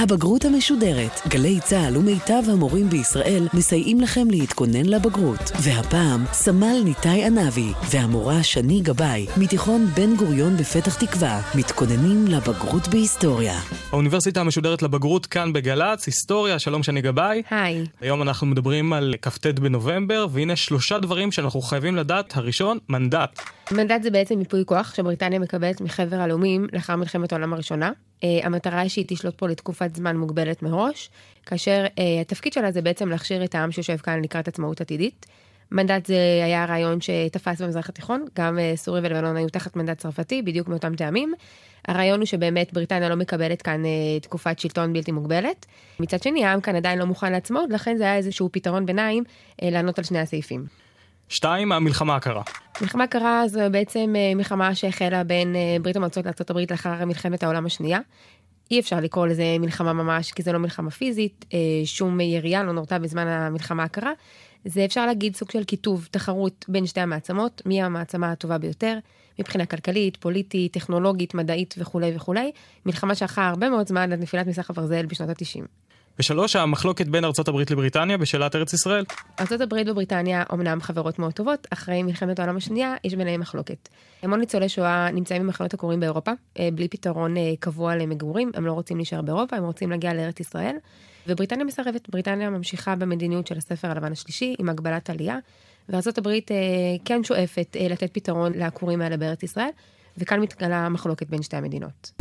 הבגרות המשודרת. גלי צהל ומיטב המורים בישראל מסייעים לכם להתכונן לבגרות. והפעם, סמל ניתאי ענבי והמורה שני גבאי מתיכון בן גוריון בפתח תקווה מתכוננים לבגרות בהיסטוריה. האוניברסיטה המשודרת לבגרות כאן בגלץ, היסטוריה. שלום שני גבאי. היי. היום אנחנו מדברים על כ"ט בנובמבר, והנה 3 דברים שאנחנו חייבים לדעת. הראשון, מנדט. מנדט זה בעצם מיפוי כוח שבריטניה מקבלת מחבר הלאומים לאחר מלחמת העולם הראשונה. המטרה היא שהיא תשלוט פה לתקופת זמן מוגבלת מראש, כאשר התפקיד שלה זה בעצם להכשיר את העם שיושב כאן לקראת עצמאות עתידית. מנדט זה היה רעיון שתפס במזרח התיכון, גם סוריה ולבנון היו תחת מנדט צרפתי, בדיוק מאותם טעמים. הרעיון הוא שבאמת בריטניה לא מקבלת כאן תקופת שלטון בלתי מוגבלת. מצד שני, העם כאן עדיין לא מוכן לעצמאות, לכן זה היה איזשהו פתרון ביניים לענות על שני הסעיפים. 2, המלחמה הקרה. מלחמה קרה זו בעצם מלחמה שהחלה בין ברית המועצות לארצות הברית לאחר מלחמת העולם השנייה. אי אפשר לקרוא לזה מלחמה ממש, כי זה לא מלחמה פיזית, שום ירייה לא נורתה בזמן המלחמה הקרה. זה אפשר להגיד סוג של כיתוב, תחרות בין שתי המעצמות, מי המעצמה הטובה ביותר, מבחינה כלכלית, פוליטית, טכנולוגית, מדעית וכו' וכו'. מלחמה שאחר הרבה מאוד זמן עד נפילת מסך הברזל בשנות ה-90. ו3, המחלוקת בין ארצות הברית לבריטניה בשאלת ארץ ישראל. ארצות הברית ובריטניה אומנם חברות מאוד טובות, אחרי מלחמת העולם השנייה יש ביניהם מחלוקת. המון ניצולי שואה נמצאים במחנות עקורים באירופה, בלי פתרון קבוע למגורים, הם לא רוצים להישאר באירופה, הם רוצים להגיע לארץ ישראל, ובריטניה מסרבת. בריטניה ממשיכה במדיניות של הספר הלבן השלישי, עם הגבלת עלייה, וארצות הברית כן שואפת לתת פתרון לעקורים האלה בארץ ישראל, וכאן מתגלה מחלוקת בין שתי המדינות.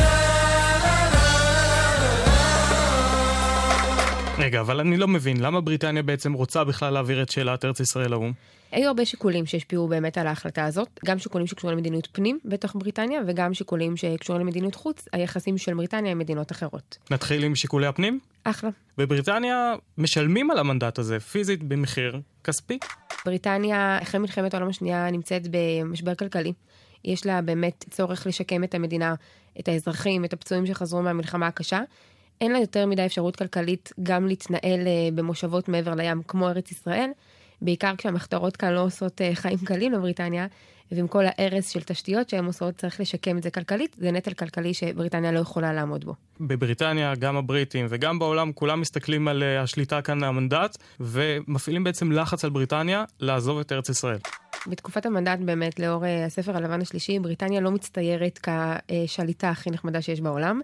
רגע, אבל אני לא מבין, למה בריטניה בעצם רוצה בכלל להעביר את שאלת ארץ ישראל לאו"ם? היו הרבה שיקולים שהשפיעו באמת על ההחלטה הזאת, גם שיקולים שקשורים למדיניות פנים בתוך בריטניה, וגם שיקולים שקשורים למדיניות חוץ, היחסים של בריטניה עם מדינות אחרות. נתחיל עם שיקולי הפנים? אחלה. בבריטניה משלמים על המנדט הזה, פיזית במחיר כספי. בריטניה, אחרי מלחמת העולם השנייה, נמצאת במשבר כלכלי. יש לה באמת צורך לשקם את המדינה, את האזרחים, את הפצועים שחזרו מהמלחמה הקשה. אין לה יותר מדי אפשרות כלכלית גם להתנהל במושבות מעבר לים כמו ארץ ישראל, בעיקר כשהמחתרות כאן לא עושות חיים קלים לבריטניה, ועם כל הארס של תשתיות שהן עושות צריך לשקם את זה כלכלית, זה נטל כלכלי שבריטניה לא יכולה לעמוד בו. בבריטניה, גם הבריטים וגם בעולם, כולם מסתכלים על השליטה כאן המנדט, ומפעילים בעצם לחץ על בריטניה לעזוב את ארץ ישראל. בתקופת המנדט באמת, לאור הספר הלבן השלישי, בריטניה לא מצטיירת כשליטה הכי נחמדה שיש בעולם.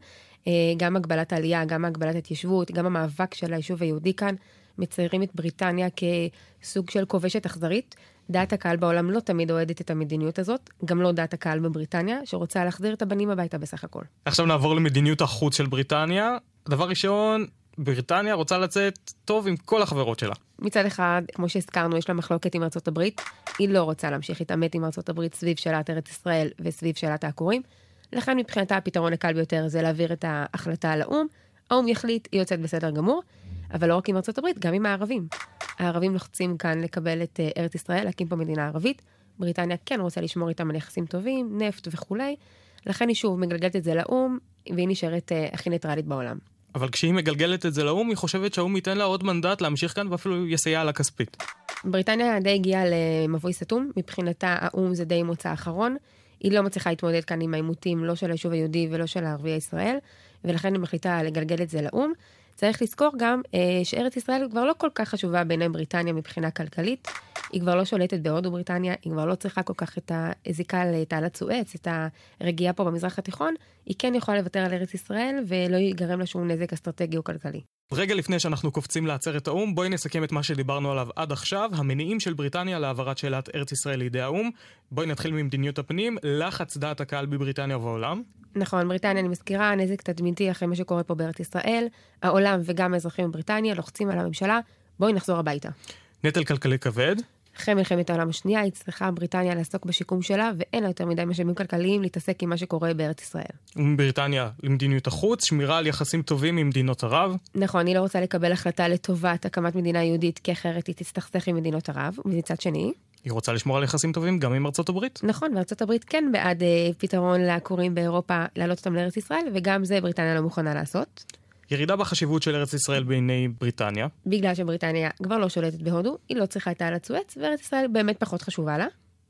גם הגבלת העלייה, גם הגבלת התיישבות, גם המאבק של היישוב היהודי כאן, מציירים את בריטניה כסוג של כובשת אכזרית. דעת הקהל בעולם לא תמיד אוהדת את המדיניות הזאת, גם לא דעת הקהל בבריטניה, שרוצה להחזיר את הבנים הביתה בסך הכל. עכשיו נעבור למדיניות החוץ של בריטניה. דבר ראשון, בריטניה רוצה לצאת טוב עם כל החברות שלה. מצד אחד, כמו שהזכרנו, יש לה מחלוקת עם ארצות הברית, היא לא רוצה להמשיך להתעמת עם ארצות הברית סביב שאלת ארץ ישראל וסביב שאלת העקורים. לכן מבחינתה הפתרון הקל ביותר זה להעביר את ההחלטה לאו"ם. האו"ם יחליט, היא יוצאת בסדר גמור, אבל לא רק עם ארצות הברית, גם עם הערבים. הערבים לוחצים כאן לקבל את ארץ ישראל, להקים פה מדינה ערבית. בריטניה כן רוצה לשמור איתם על יחסים טובים, נפט וכו'. לכן היא שוב מגלגלת את זה לאו"ם, והיא נשארת הכי ניטרלית בעולם. אבל כשהיא מגלגלת את זה לאו"ם, היא חושבת שהאו"ם ייתן לה עוד מנדט להמשיך כאן, ואפילו יסייע לה כספית. בריטניה די הגיעה למבוי סתום, מבחינתה האו"ם זה די מוצא אחרון. היא לא מצליחה להתמודד כאן עם העימותים, לא של היישוב היהודי ולא של ערביי ישראל, ולכן היא מחליטה לגלגל את זה לאו"ם. צריך לזכור גם שארץ ישראל כבר לא כל כך חשובה בעיני בריטניה מבחינה כלכלית, היא כבר לא שולטת בהודו בריטניה, היא כבר לא צריכה כל כך את הזיקה לתעלת סואץ, את הרגיעה פה במזרח התיכון, היא כן יכולה לוותר על ארץ ישראל ולא ייגרם לה שום נזק אסטרטגי או כלכלי. רגע לפני שאנחנו קופצים לעצרת האו"ם, בואי נסכם את מה שדיברנו עליו עד עכשיו, המניעים של בריטניה להעברת שאלת ארץ ישראל לידי האו"ם. בואי נתחיל ממדיניות הפנים, לחץ דעת הקהל בבריטניה ובעולם. נכון, בריטניה, אני מזכירה, נזק תדמיתי אחרי מה שקורה פה בארץ ישראל, העולם וגם האזרחים בבריטניה לוחצים על הממשלה, בואי נחזור הביתה. נטל כלכלי כבד. אחרי מלחמת העולם השנייה, היא צריכה בריטניה לעסוק בשיקום שלה, ואין לה יותר מדי משאבים כלכליים להתעסק עם מה שקורה בארץ ישראל. ובריטניה, למדיניות החוץ, שמירה על יחסים טובים עם מדינות ערב. נכון, היא לא רוצה לקבל החלטה לטובת הקמת מדינה יהודית, כי אחרת היא תסתכסך עם מדינות ערב, ומצד שני היא רוצה לשמור על יחסים טובים גם עם ארצות הברית. נכון, וארצות הברית כן בעד פתרון לעקורים באירופה, להעלות אותם לארץ ישראל, וגם זה בריטניה לא מוכנה לעשות. ירידה בחשיבות של ארץ ישראל בעיני בריטניה. בגלל שבריטניה כבר לא שולטת בהודו, היא לא צריכה את תעלת סואץ, וארץ ישראל באמת פחות חשובה לה.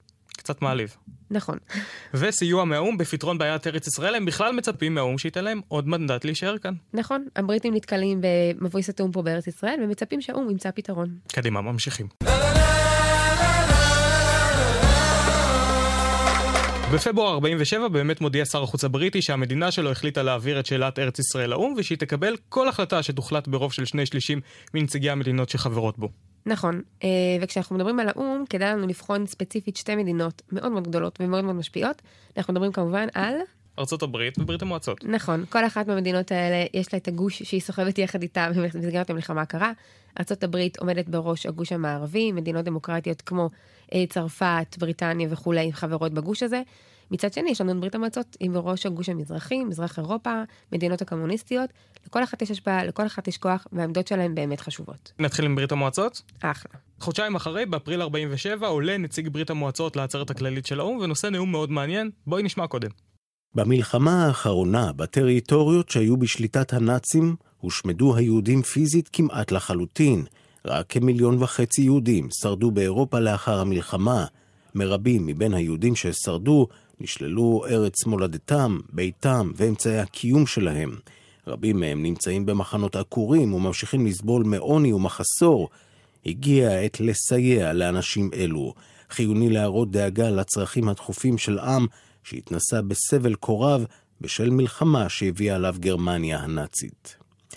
קצת מעליב. נכון. וסיוע מהאום בפתרון בעיית ארץ ישראל, הם בכלל מצפים מהאום שייתן להם עוד מנדט להישאר כאן. נכון, הבריטים נתקלים במבוי סתום פה בארץ ישראל, ומצפים שהאום ימצא פתרון. קדימה, ממשיכים. בפברואר 47 באמת מודיע שר החוץ הבריטי שהמדינה שלו החליטה להעביר את שאלת ארץ ישראל לאום, ושהיא תקבל כל החלטה שתוחלט ברוב של 2/3 מנציגי המדינות שחברות בו. נכון, וכשאנחנו מדברים על האום, כדאי לנו לבחון ספציפית שתי מדינות מאוד מאוד גדולות ומאוד מאוד משפיעות. אנחנו מדברים כמובן על ארצות הברית וברית המועצות. נכון, כל אחת מהמדינות האלה יש לה את הגוש שהיא סוחבת יחד איתה במסגרת המלחמה הקרה. ארצות הברית עומדת בראש הגוש המערבי, מדינות דמוקרטיות כמו צרפת, בריטניה וכולי חברות בגוש הזה. מצד שני, יש לנו את ברית המועצות עם בראש הגוש המזרחי, מזרח אירופה, מדינות הקומוניסטיות. לכל אחת יש השפעה, לכל אחת יש כוח, והעמדות שלהן באמת חשובות. נתחיל עם ברית המועצות? אחלה. חודשיים אחרי, באפריל 47, עולה נציג ברית המועצות לעצרת הכללית של האום, ונושא נאום מאוד מעניין. בואי נשמע קודם. במלחמה האחרונה, בטריטוריות שהיו בשליטת הנאצים, הושמדו היהודים פיזית כמעט לחלוטין. רק 1.5 מיליון יהודים שרדו באירופה לאחר המלחמה. מרבים מבין היהודים ששרדו נשללו ארץ מולדתם, ביתם ואמצעי הקיום שלהם. רבים מהם נמצאים במחנות עקורים וממשיכים לסבול מעוני ומחסור. הגיע העת לסייע לאנשים אלו. חיוני להראות דאגה לצרכים הדחופים של עם שהתנסה בסבל קורב בשל מלחמה שהביאה עליו גרמניה הנאצית.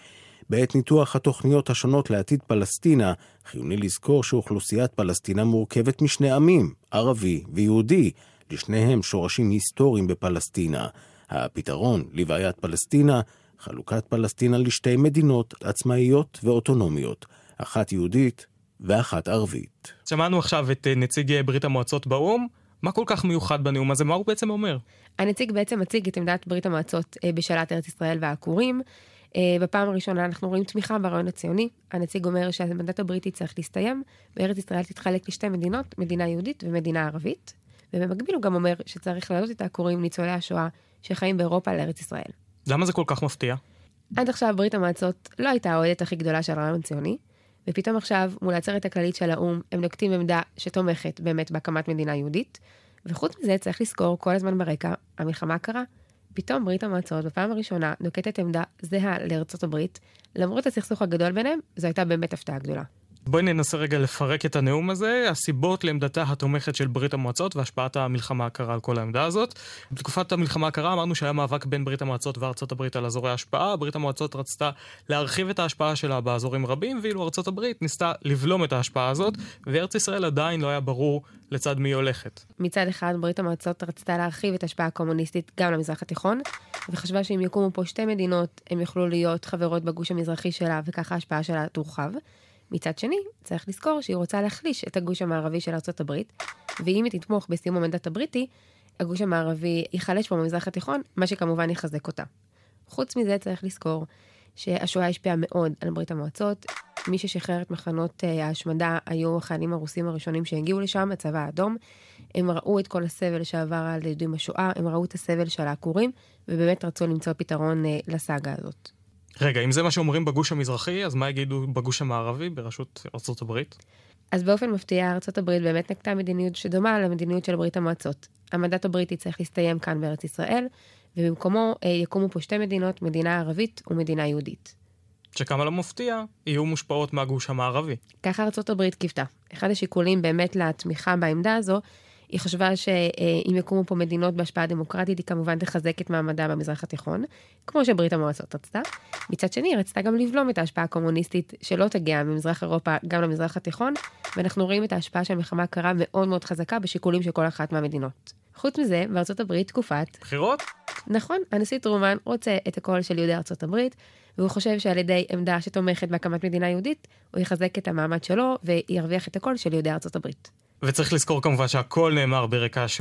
בעת ניתוח התוכניות השונות לעתיד פלסטינה, חיוני לזכור שאוכלוסיית פלסטינה מורכבת משני עמים, ערבי ויהודי, לשניהם שורשים היסטוריים בפלסטינה. הפתרון לבעיית פלסטינה, חלוקת פלסטינה לשתי מדינות עצמאיות ואוטונומיות, אחת יהודית ואחת ערבית. שמענו עכשיו את נציג ברית המועצות באום. מה כל כך מיוחד בנאום הזה? מה הוא בעצם אומר? הנציג בעצם מציג את עמדת ברית המועצות בשאלת ארץ ישראל והעקורים. בפעם הראשונה אנחנו רואים תמיכה ברעיון הציוני. הנציג אומר שהמנדט הבריטי צריך להסתיים, וארץ ישראל תתחלק לשתי מדינות, מדינה יהודית ומדינה ערבית. ובמקביל הוא גם אומר שצריך להעלות את העקורים ניצולי השואה שחיים באירופה לארץ ישראל. למה זה כל כך מפתיע? עד עכשיו ברית המועצות לא הייתה האוהדת הכי גדולה של הרעיון הציוני, ופתאום עכשיו מול העצרת הכללית של האום הם נוקטים עמדה שתומכת באמת בהקמת מדינה יהודית, וחוץ מזה צריך לזכור כל הזמן ברקע המלחמה הקרה. פתאום ברית המועצות בפעם הראשונה נוקטת עמדה זהה לארצות הברית, למרות הסכסוך הגדול ביניהם, זו הייתה באמת הפתעה גדולה. בואי ננסה רגע לפרק את הנאום הזה, הסיבות לעמדתה התומכת של ברית המועצות והשפעת המלחמה הקרה על כל העמדה הזאת. בתקופת המלחמה הקרה אמרנו שהיה מאבק בין ברית המועצות וארצות הברית על אזורי ההשפעה. ברית המועצות רצתה להרחיב את ההשפעה שלה באזורים רבים, ואילו ארצות הברית ניסתה לבלום את ההשפעה הזאת, וארץ ישראל עדיין לא היה ברור לצד מי הולכת. מצד אחד ברית המועצות רצתה להרחיב את ההשפעה הקומוניסטית גם למזרח התיכון, וחשבה שאם יקומו פה שתי מדינות, הם יוכלו להיות חברות בגוש המזרחי שלה, וככה ההשפעה שלה תורחב. מצד שני, צריך לזכור שהיא רוצה להחליש את הגוש המערבי של ארצות הברית, ואם היא תתמוך בסיום המנדט הבריטי, הגוש המערבי ייחלש פה במזרח התיכון, מה שכמובן יחזק אותה. חוץ מזה צריך לזכור שהשואה השפיעה מאוד על ברית המועצות. מי ששחרר את מחנות ההשמדה היו החיילים הרוסים הראשונים שהגיעו לשם, הצבא האדום. הם ראו את כל הסבל שעבר על יהודים השואה, הם ראו את הסבל של העקורים, ובאמת רצו למצוא פתרון לסאגה הזאת. רגע, אם זה מה שאומרים בגוש המזרחי, אז מה יגידו בגוש המערבי בראשות ארצות הברית? אז באופן מפתיע, ארצות הברית באמת נקטה מדיניות שדומה למדיניות של ברית המועצות. המנדט הבריטי צריך להסתיים כאן בארץ ישראל, ובמקומו יקומו פה שתי מדינות, מדינה ערבית ומדינה יהודית. שכמה לא מפתיע, יהיו מושפעות מהגוש המערבי. ככה ארצות הברית קיוותה. אחד השיקולים באמת לתמיכה בעמדה הזו, היא חשבה שאם יקומו פה מדינות בהשפעה דמוקרטית, היא כמובן תחזק את מעמדה במזרח התיכון, כמו שברית המועצות רצתה. מצד שני, היא רצתה גם לבלום את ההשפעה הקומוניסטית שלא תגיע ממזרח אירופה גם למזרח התיכון, ואנחנו רואים את ההשפעה של המלחמה הקרה מאוד מאוד חזקה בשיקולים של כל אחת מהמדינות. חוץ מזה, בארצות הברית תקופת בחירות? נכון, הנשיא טרומן רוצה את הקול של יהודי ארצות הברית, והוא חושב שעל ידי עמדה שתומכת בהקמת מדינה יהודית, הוא יחזק את המעמד שלו וירוויח את הקול של יהודי ארצות הברית. וצריך לזכור כמובן שהכל נאמר ברקע השואה.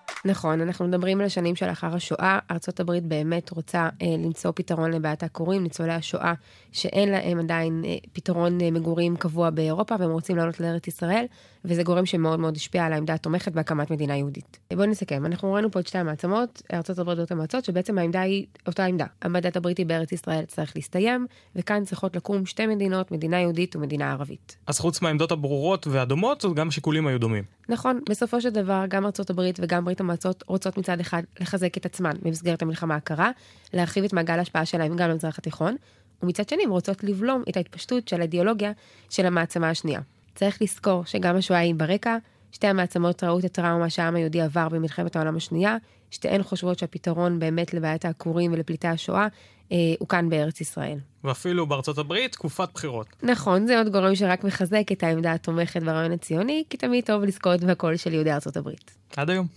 נכון, אנחנו מדברים על השנים שלאחר השואה. ארצות הברית באמת רוצה למצוא פתרון לבעיית העקורים, ניצולי השואה שאין להם עדיין פתרון מגורים קבוע באירופה, והם רוצים לעלות לארץ ישראל, וזה גורם שמאוד מאוד השפיע על העמדה התומכת בהקמת מדינה יהודית. בואו נסכם, אנחנו ראינו פה את שתי המעצמות, ארצות הברית וברית המועצות, שבעצם העמדה היא אותה עמדה. המנדט הבריטי בארץ ישראל צריך להסתיים, וכאן צריכות לקום שתי מדינות, מדינה יהודית ומדינה ערבית. אז חוץ מהעמדות הברורות והדומות, גם השיקולים היו דומים. נכון, בסופו של דבר, גם ארצות הברית וגם ברית המועצות רוצות מצד אחד לחזק את עצמן במסגרת המלחמה הקרה, להרחיב את מעגל ההשפעה שלהם גם למזרח התיכון, ומצד שני רוצות לבלום את ההתפשטות של האידיאולוגיה של המעצמה השנייה. צריך לזכור שגם השואה היא ברקע, שתי המעצמות ראו את הטראומה שהעם היהודי עבר במלחמת העולם השנייה, שתיהן חושבות שהפתרון באמת לבעיית העקורים ולפליטי השואה הוא כאן בארץ ישראל. ואפילו בארצות הברית, תקופת בחירות. נכון, זה עוד גורם שרק מחזק את העמדה התומכת ברעיון הציוני, כי תמיד טוב לזכות בקול של יהודי ארצות הברית. עד היום.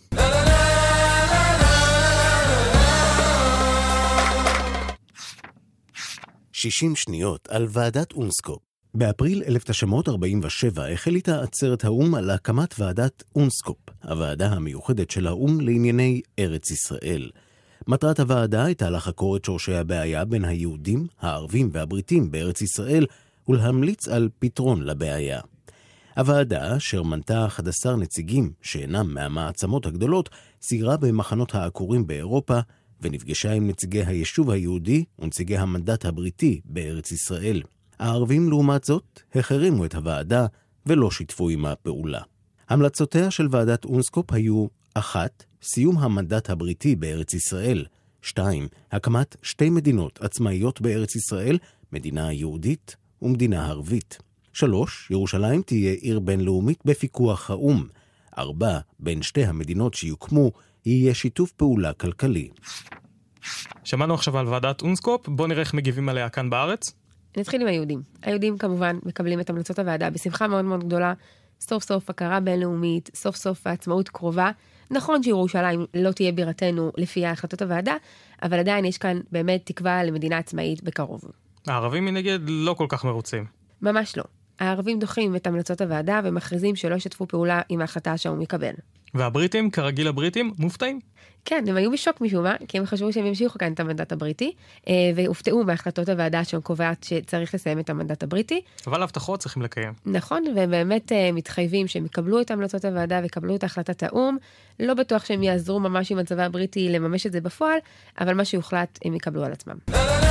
60 שניות על ועדת אונסקופ. באפריל 1947 החליטה עצרת האום על הקמת ועדת אונסקופ, הוועדה המיוחדת של האום לענייני ארץ ישראל. מטרת הוועדה הייתה לחקור את שורשי הבעיה בין היהודים, הערבים והבריטים בארץ ישראל, ולהמליץ על פתרון לבעיה. הוועדה, אשר מנתה 11 נציגים שאינם מהמעצמות הגדולות, סיירה במחנות העקורים באירופה, ונפגשה עם נציגי היישוב היהודי ונציגי המנדט הבריטי בארץ ישראל. הערבים לעומת זאת החרימו את הוועדה ולא שיתפו עם הפעולה. המלצותיה של ועדת אונסקופ היו 1. סיום המנדט הבריטי בארץ ישראל, 2. הקמת שתי מדינות עצמאיות בארץ ישראל, מדינה יהודית ומדינה ערבית, 3. ירושלים תהיה עיר בינלאומית בפיקוח האום, 4. בין שתי המדינות שיוקמו יהיה שיתוף פעולה כלכלי. שמענו עכשיו על ועדת אונסקופ, בוא נראה איך מגיבים עליה כאן בארץ. נתחיל עם היהודים. היהודים כמובן מקבלים את המלצות הוועדה בשמחה מאוד מאוד גדולה, סוף סוף הכרה בינלאומית, סוף סוף העצמאות קרובה. נכון שירושלים לא תהיה בירתנו לפי החלטות הוועדה, אבל עדיין יש כאן באמת תקווה למדינה עצמאית בקרוב. הערבים מנגד לא כל כך מרוצים. ממש לא. הערבים דוחים את המלצות הוועדה ומכריזים שלא ישתפו פעולה עם ההחלטה שהוא יקבל. והבריטים, כרגיל הבריטים, מופתעים. כן, הם היו בשוק משום מה, כי הם חשבו שהם ימשיכו כאן את המנדט הבריטי, והופתעו מהחלטות הוועדה שקובעת שצריך לסיים את המנדט הבריטי. אבל הבטחות צריכים לקיים. נכון, והם באמת מתחייבים שהם יקבלו את המלצות הוועדה ויקבלו את החלטת האום. לא בטוח שהם יעזרו ממש עם הצבא הבריטי לממש את זה בפועל, אבל מה שיוחלט הם יקבלו על עצמם.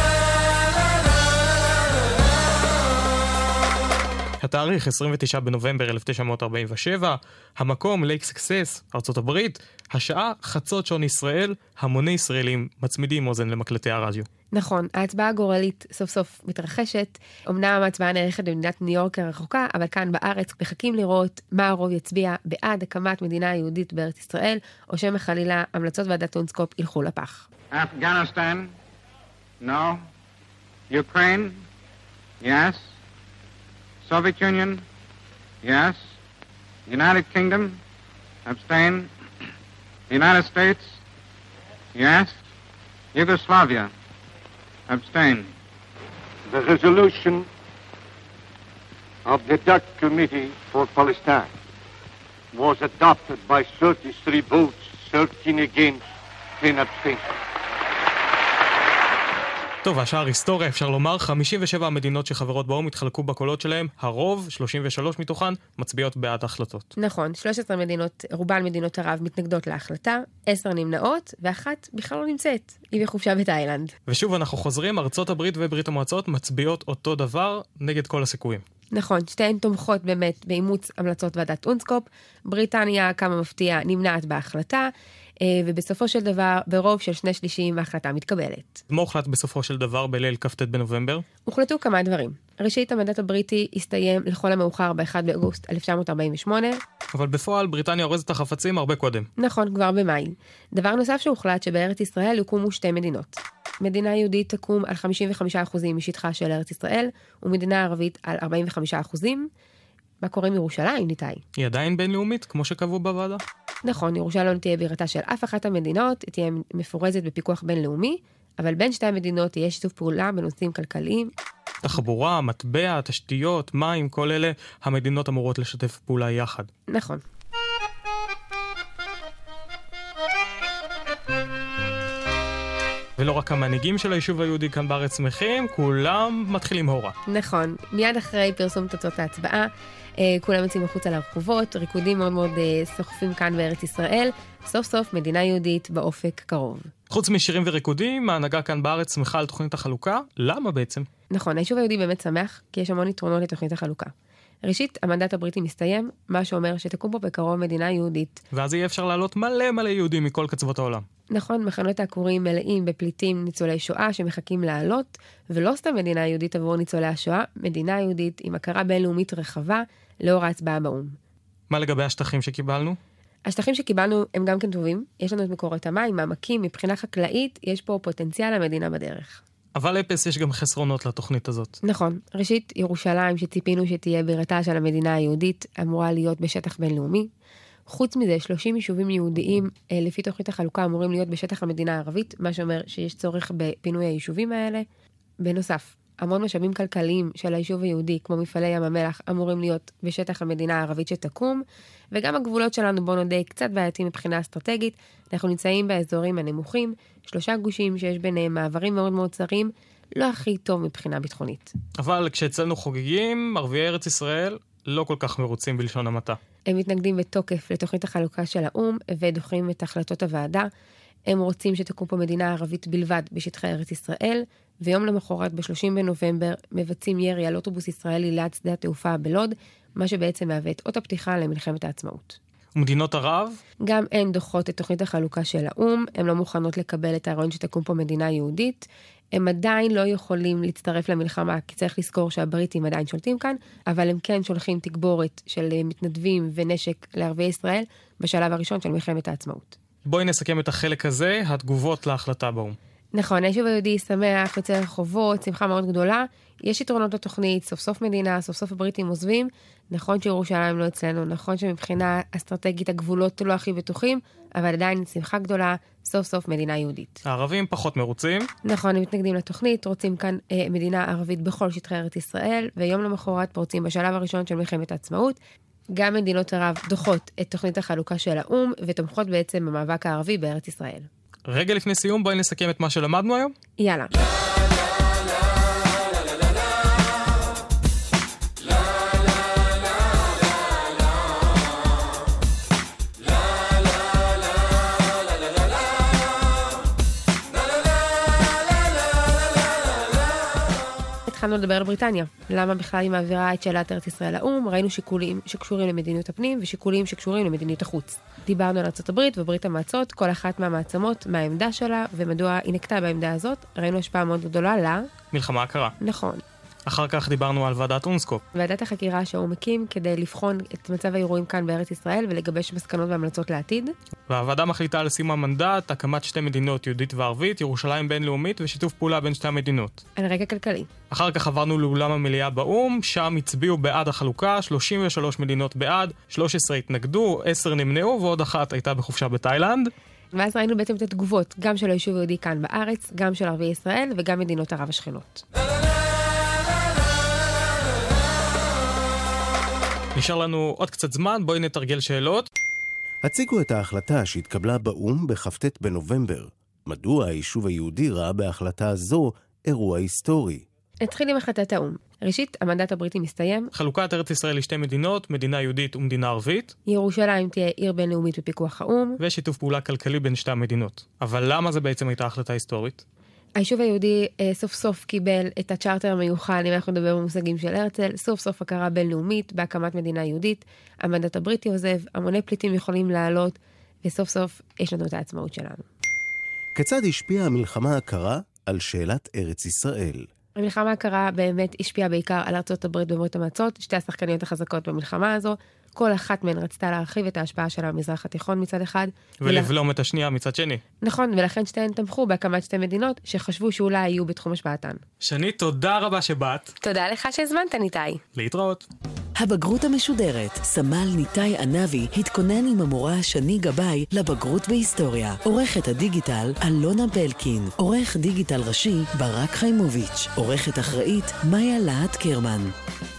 התאריך 29 בנובמבר 1947, המקום לייק סקסס, ארצות הברית, השעה חצות שעון ישראל, המוני ישראלים מצמידים אוזן למקלטי הרדיו. נכון, ההצבעה הגורלית סוף סוף מתרחשת. אמנם ההצבעה נערכת במדינת ניו יורק הרחוקה, אבל כאן בארץ מחכים לראות מה הרוב יצביע בעד הקמת מדינה יהודית בארץ ישראל, או שמא חלילה המלצות ועדת אונסקופ ילכו לפח. Afghanistan? No. Ukraine? Yes. Soviet Union? Yes. United Kingdom? Abstain. United States? Yes. Yugoslavia? Abstain. The resolution of the Dutch Committee for Palestine was adopted by 33 votes, 13 against, 10 abstentions. טוב, השאר היסטוריה, אפשר לומר, 57 המדינות שחברות באום התחלקו בקולות שלהם, הרוב, 33 מתוכן, מצביעות בעד ההחלטות. נכון, 13 מדינות, רובן מדינות ערב מתנגדות להחלטה, 10 נמנעות, ואחת בכלל לא נמצאת, היא בחופשה בתאילנד. ושוב אנחנו חוזרים, ארצות הברית וברית המועצות מצביעות אותו דבר נגד כל הסיכויים. נכון, שתיהן תומכות באמת באימוץ המלצות ועדת אונסקופ, בריטניה, כמה מפתיע, נמנעת בהחלטה, ובסופו של דבר, ברוב של 2/3 ההחלטה מתקבלת. מה הוחלט בסופו של דבר בליל כ"ט בנובמבר? הוחלטו כמה דברים. ראשית, המנדט הבריטי הסתיים לכל המאוחר ב-1 באוגוסט 1948. אבל בפועל בריטניה אורזת החפצים הרבה קודם. נכון, כבר במאי. דבר נוסף שהוחלט שבארץ ישראל יקומו שתי מדינות. מדינה יהודית תקום על 55% משטחה של ארץ ישראל, ומדינה ערבית על 45%. מה קורה עם ירושלים, ניתאי? היא עדיין בינלאומית, כמו שקבעו בוועדה? נכון, ירושלים תהיה בירתה של אף אחת המדינות, תהיה מפורזת בפיקוח בינלאומי, אבל בין שתי המדינות תהיה שיתוף פעולה בנושאים כלכליים. תחבורה, מטבע, תשתיות, מים, כל אלה, המדינות אמורות לשתף פעולה יחד. נכון. ולא רק המנהיגים של היישוב היהודי כאן בארץ שמחים, כולם מתחילים הורה. נכון, מיד אחרי פרסום תוצאות ההצבעה, כולם יוצאים החוצה לרחובות, ריקודים מאוד מאוד סוחפים כאן בארץ ישראל, סוף סוף מדינה יהודית באופק קרוב. חוץ משירים וריקודים, ההנהגה כאן בארץ שמחה על תוכנית החלוקה. למה בעצם? נכון, היישוב היהודי באמת שמח, כי יש המון יתרונות לתוכנית החלוקה. ראשית, המנדט הבריטי מסתיים, מה שאומר שתקום פה בקרוב מדינה יהודית. ואז יהיה אפשר לעלות מלא יהודים מכל קצוות העולם. נכון, מחנות העקורים מלאים בפליטים ניצולי שואה שמחכים לעלות, ולא סתם מדינה יהודית עבור ניצולי השואה, מדינה יהודית עם הכרה בינלאומית רחבה לאור ההצבעה באו"ם. מה לגבי השטחים שקיבלנו? השטחים שקיבלנו הם גם כן טובים, יש לנו את מקורות המים, מעמקים, מבחינה חקלאית, יש פה פוטנציאל למדינה בדרך. אבל אפס יש גם חסרונות לתוכנית הזאת. נכון. ראשית, ירושלים שציפינו שתהיה בירתה של המדינה היהודית, אמורה להיות בשטח בינלאומי. חוץ מזה, 30 יישובים יהודיים, לפי תוכנית החלוקה, אמורים להיות בשטח המדינה הערבית, מה שאומר שיש צורך בפינוי היישובים האלה. בנוסף, המון משאבים כלכליים של היישוב היהודי, כמו מפעלי ים המלח, אמורים להיות בשטח המדינה הערבית שתקום, וגם הגבולות שלנו, בוא נודה, קצת בעייתיים מבחינה אסטרטגית. אנחנו נמצאים באזורים הנמוכים, 3 גושים שיש ביניהם מעברים מאוד מאוד צרים, לא הכי טוב מבחינה ביטחונית. אבל כשאצלנו חוגגים, ערביי ארץ ישראל לא כל כך מרוצים בלשון המעטה. הם מתנגדים בתוקף לתוכנית החלוקה של האו"ם, ודוחים את החלטות הוועדה. הם רוצים שתקום פה מדינה ערבית בלבד בשטחי ארץ ישראל, ויום למחרת ב-30 בנובמבר מבצעים ירי על אוטובוס ישראלי ליד שדה התעופה בלוד, מה שבעצם מהווה את אות הפתיחה למלחמת העצמאות. ומדינות ערב? גם הן דוחות את תוכנית החלוקה של האו"ם, הן לא מוכנות לקבל את הרעיון שתקום פה מדינה יהודית, הם עדיין לא יכולים להצטרף למלחמה, כי צריך לזכור שהבריטים עדיין שולטים כאן, אבל הם כן שולחים תגבורת של מתנדבים ונשק לערביי ישראל, בשלב הראשון של מלחמת העצמאות. בואי נסכם את החלק הזה, התגובות להחלטה באו"ם. נכון, היישוב היהודי שמח, יוצא רחובות, שמחה מאוד גדולה, יש יתרונות לתוכנית, סוף סוף מדינה, סוף סוף הבריטים עוזבים, נכון שירושלים לא אצלנו, נכון שמבחינה אסטרטגית הגבולות לא הכי בטוחים, אבל עדיין שמחה גדולה, סוף סוף מדינה יהודית. הערבים פחות מרוצים. נכון, הם מתנגדים לתוכנית, רוצים כאן מדינה ערבית בכל שטחי ארץ ישראל, ויום למחרת פורצים בשלב הראשון של מלחמת העצמאות. גם מדינות ערב דוחות את תוכנית החלוקה של האו"ם, ותומכות בעצם במאבק הערבי בארץ ישראל. רגע לפני סיום, בואי נסכם את מה שלמדנו היום. יאללה. התחלנו לדבר על בריטניה. למה בכלל היא מעבירה את שאלת ארץ ישראל לאו"ם? ראינו שיקולים שקשורים למדיניות הפנים ושיקולים שקשורים למדיניות החוץ. דיברנו על ארצות הברית וברית המועצות, כל אחת מהמעצמות, מה העמדה שלה ומדוע היא נקטה בעמדה הזאת. ראינו השפעה מאוד גדולה מלחמה הקרה. נכון. אחר כך דיברנו על ועדת אונסקופ. ועדת החקירה שהוא מקים כדי לבחון את מצב האירועים כאן בארץ ישראל ולגבש מסקנות והמלצות לעתיד. והוועדה מחליטה על סיום המנדט, הקמת 2 מדינות, יהודית וערבית, ירושלים בינלאומית ושיתוף פעולה בין 2 המדינות. על רקע כלכלי. אחר כך עברנו לאולם המליאה באו"ם, שם הצביעו בעד החלוקה, 33 מדינות בעד, 13 התנגדו, 10 נמנעו ועוד 1 הייתה בחופשה בתאילנד. ואז ראינו בעצם את התגובות, גם של היישוב היהודי כאן בארץ, גם של ערביי ישראל וגם מדינות ערב השכנות. נשאר לנו עוד קצת זמן, בואי נתרגל שאלות. הציגו את ההחלטה שהתקבלה באו"ם בכ"ט בנובמבר. מדוע היישוב היהודי ראה בהחלטה זו אירוע היסטורי? נתחיל עם החלטת האו"ם. ראשית, המנדט הבריטי מסתיים. חלוקת ארץ ישראל ל2 מדינות, מדינה יהודית ומדינה ערבית. ירושלים תהיה עיר בינלאומית בפיקוח האו"ם. ושיתוף פעולה כלכלי בין 2 המדינות. אבל למה זה בעצם הייתה החלטה היסטורית? היישוב היהודי סוף סוף קיבל את הצ'ארטר המיוחד, אם אנחנו נדבר במושגים של הרצל, סוף סוף הכרה בינלאומית בהקמת מדינה יהודית, המנדט הבריטי עוזב, המוני פליטים יכולים לעלות, וסוף סוף יש לנו את העצמאות שלנו. כיצד השפיעה המלחמה הקרה על שאלת ארץ ישראל? המלחמה הקרה באמת השפיעה בעיקר על ארצות הברית וברית המועצות, 2 השחקניות החזקות במלחמה הזו, כל אחת מהן רצתה להרחיב את ההשפעה שלה במזרח התיכון מצד אחד. ולבלום את השנייה מצד שני. נכון, ולכן שתיהן תמכו בהקמת 2 מדינות שחשבו שאולי יהיו בתחום השפעתן. שני, תודה רבה שבאת. תודה לך שהזמנת, ניתאי. להתראות. הבגרות המשודרת, סמל ניתאי ענבי התכונן עם המורה שני גבאי לבגרות בהיסטוריה. עורכת הדיגיטל אלונה בלקין, עורך דיגיטל ראשי ברק חיימוביץ', עורכת אחראית מאיה להט קרמן.